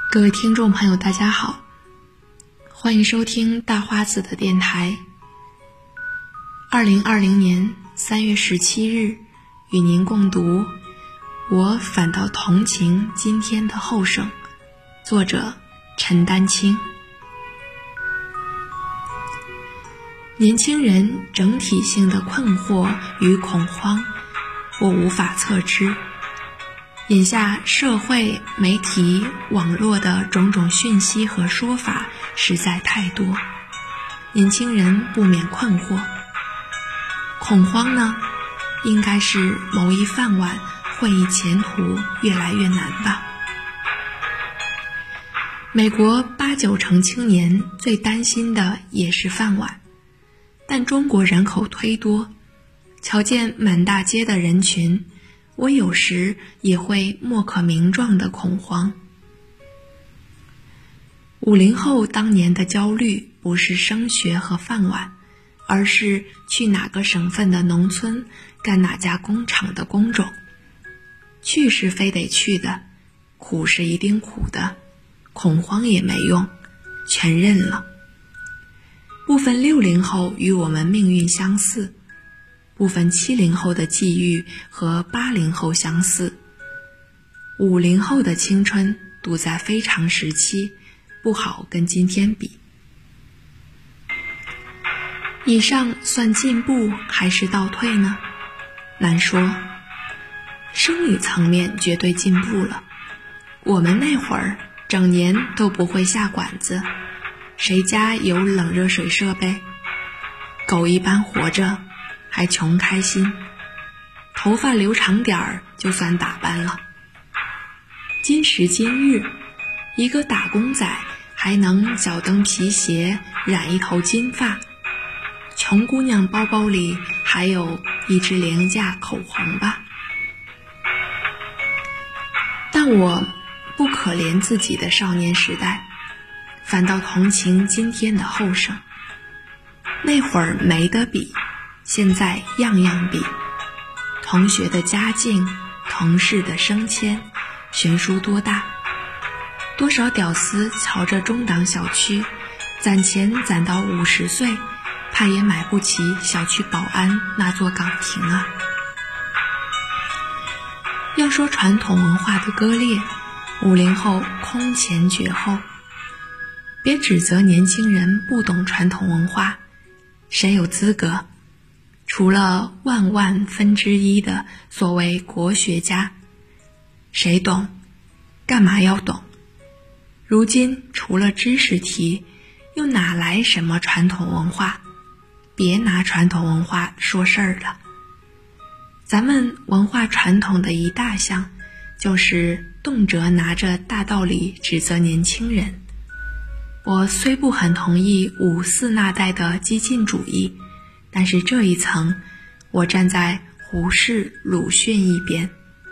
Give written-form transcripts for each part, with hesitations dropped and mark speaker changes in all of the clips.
Speaker 1: 各位听众朋友大家好，欢迎收听大花子的电台。2020年3月17日与您共读我反倒同情今天的后生，作者陈丹青。年轻人整体性的困惑与恐慌，我无法测知。眼下社会、媒体、网络的种种讯息和说法实在太多，年轻人不免困惑。恐慌呢，应该是谋一饭碗、混一前途越来越难吧。美国8-9成青年最担心的也是饭碗，但中国人口忒多，瞧见满大街的人群，我有时也会莫可名状的恐慌。50后当年的焦虑不是升学和饭碗，而是去哪个省份的农村干哪家工厂的工种。去是非得去的，苦是一定苦的，恐慌也没用，全认了。部分60后与我们命运相似，部分70后的际遇和80后相似，50后的青春堵在非常时期，不好跟今天比。以上算进步还是倒退呢？难说。生理层面绝对进步了，我们那会儿整年都不会下馆子，谁家有冷热水设备？狗一般活着还穷开心，头发留长点儿就算打扮了。今时今日，一个打工仔还能脚蹬皮鞋，染一头金发，穷姑娘包包里还有一支廉价口红吧。但我不可怜自己的少年时代，反倒同情今天的后生。那会儿没得比，现在样样比，同学的家境，同事的升迁，悬殊多大。多少屌丝瞧着中档小区，攒钱攒到50岁，怕也买不起小区保安那座岗亭啊。要说传统文化的割裂，50后空前绝后。别指责年轻人不懂传统文化，谁有资格？除了万分之一的所谓国学家，谁懂？干嘛要懂？如今除了知识题，又哪来什么传统文化？别拿传统文化说事儿了。咱们文化传统的一大项，就是动辄拿着大道理指责年轻人。我虽不很同意54那代的激进主义，但是这一层，我站在胡适、鲁迅一边。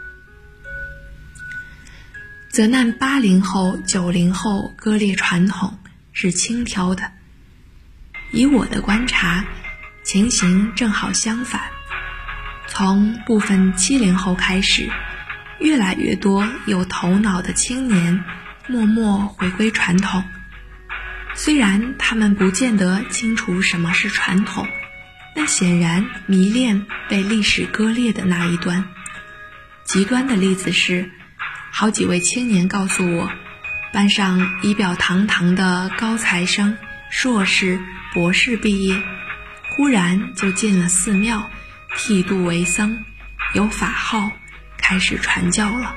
Speaker 1: 责难80后、90后割裂传统是轻佻的。以我的观察，情形正好相反。从部分70后开始，越来越多有头脑的青年默默回归传统。虽然他们不见得清楚什么是传统，但显然迷恋被历史割裂的那一端。极端的例子是，好几位青年告诉我，班上仪表堂堂的高材生，硕士、博士毕业，忽然就进了寺庙，剃度为僧，有法号，开始传教了。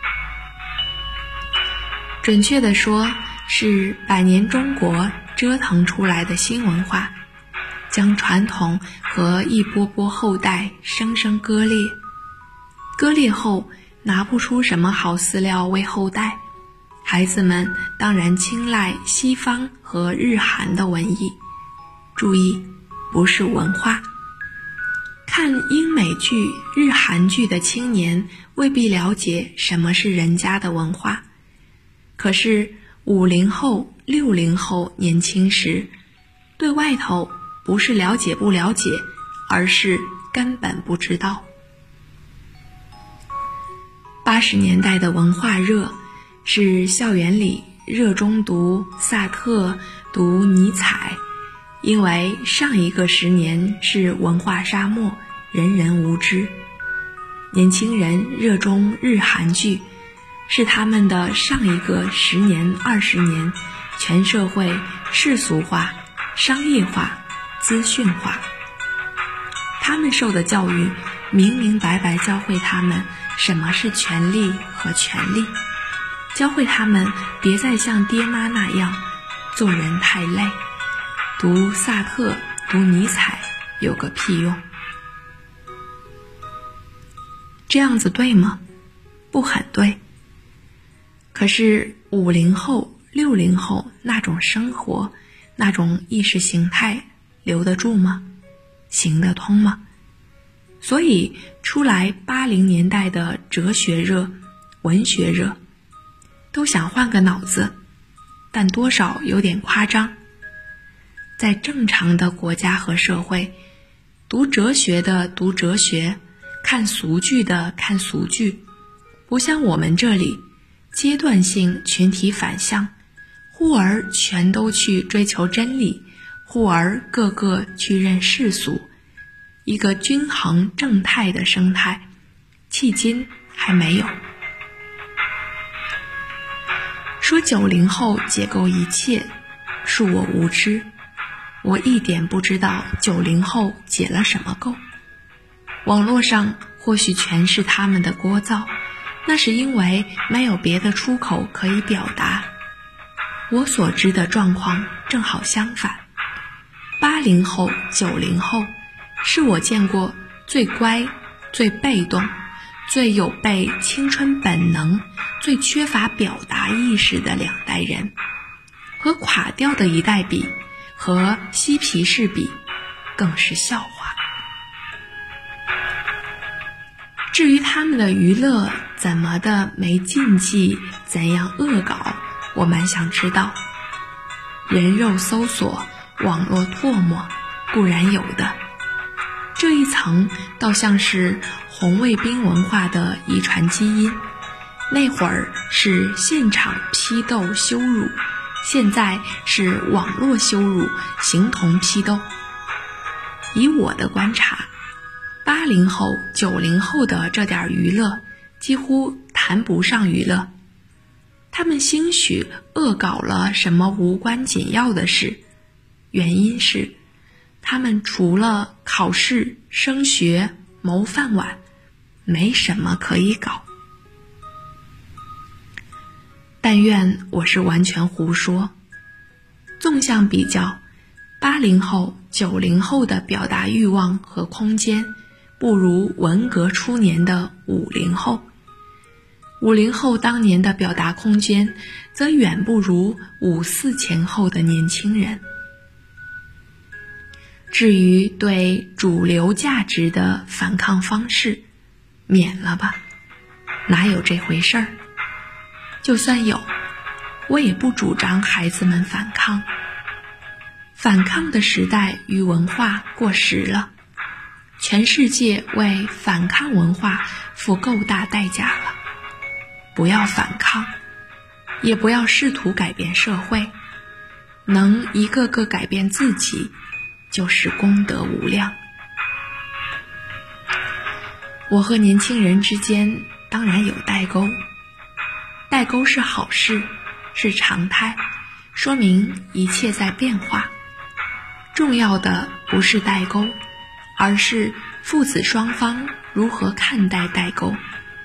Speaker 1: 准确地说，是百年中国折腾出来的新文化，将传统和一波波后代生生割裂。割裂后拿不出什么好饲料喂后代，孩子们当然青睐西方和日韩的文艺。注意，不是文化。看英美剧、日韩剧的青年未必了解什么是人家的文化，可是50后、60后年轻时，对外头不是了解不了解，而是根本不知道。80年代的文化热是校园里热衷读萨特、读尼采，因为上一个10年是文化沙漠，人人无知。年轻人热衷日韩剧，是他们的上一个10年、20年，全社会世俗化、商业化、资讯化。他们受的教育明明白白教会他们什么是权利和权利，教会他们别再像爹妈那样做人太累，读萨特、读尼采有个屁用。这样子对吗？不很对。可是50后、60后那种生活，那种意识形态留得住吗？行得通吗？所以出来80年代的哲学热、文学热，都想换个脑子，但多少有点夸张。在正常的国家和社会，读哲学的读哲学，看俗剧的看俗剧，不像我们这里阶段性群体反向，忽而全都去追求真理，忽而个个去认世俗，一个均衡正态的生态，迄今还没有。说90后解构一切，恕我无知，我一点不知道90后解了什么构。网络上或许全是他们的聒噪，那是因为没有别的出口可以表达。我所知的状况正好相反，80后、90后是我见过最乖、最被动、最有被青春本能、最缺乏表达意识的2代人。和垮掉的一代比，和嬉皮士比，更是笑话。至于他们的娱乐怎么的没禁忌，怎样恶搞，我蛮想知道。人肉搜索、网络唾沫固然有的，这一层倒像是红卫兵文化的遗传基因，那会儿是现场批斗羞辱，现在是网络羞辱形同批斗。以我的观察，80后、90后的这点娱乐几乎谈不上娱乐，他们兴许恶搞了什么无关紧要的事，原因是他们除了考试、升学、谋饭碗，没什么可以搞。但愿我是完全胡说。纵向比较，80后、90后的表达欲望和空间不如文革初年的50后，50后当年的表达空间则远不如54前后的年轻人。至于对主流价值的反抗方式，免了吧，哪有这回事儿？就算有，我也不主张孩子们反抗。反抗的时代与文化过时了，全世界为反抗文化付够大代价了。不要反抗，也不要试图改变社会，能一个个改变自己，就是功德无量。我和年轻人之间当然有代沟，代沟是好事，是常态，说明一切在变化。重要的不是代沟，而是父子双方如何看待代沟。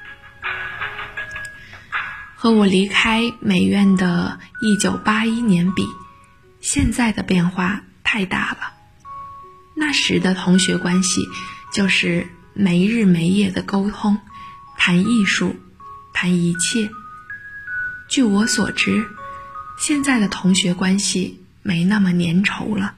Speaker 1: 和我离开美院的1981年比，现在的变化太大了。那时的同学关系就是没日没夜的沟通，谈艺术，谈一切。据我所知，现在的同学关系没那么粘稠了。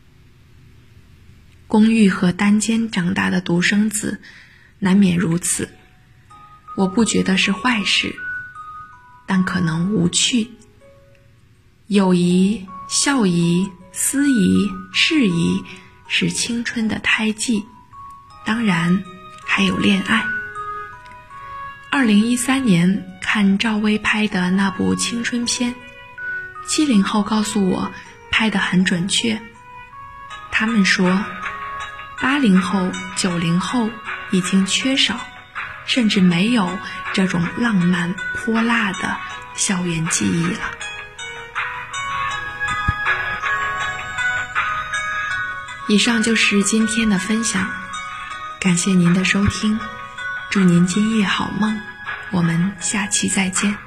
Speaker 1: 公寓和单间长大的独生子难免如此，我不觉得是坏事，但可能无趣。友谊、校谊、司仪、事宜是青春的胎记，当然还有恋爱。2013年开看赵薇拍的那部青春片，70后告诉我拍得很准确。他们说80后、90后已经缺少，甚至没有这种浪漫泼辣的校园记忆了。以上就是今天的分享，感谢您的收听，祝您今夜好梦，我们下期再见。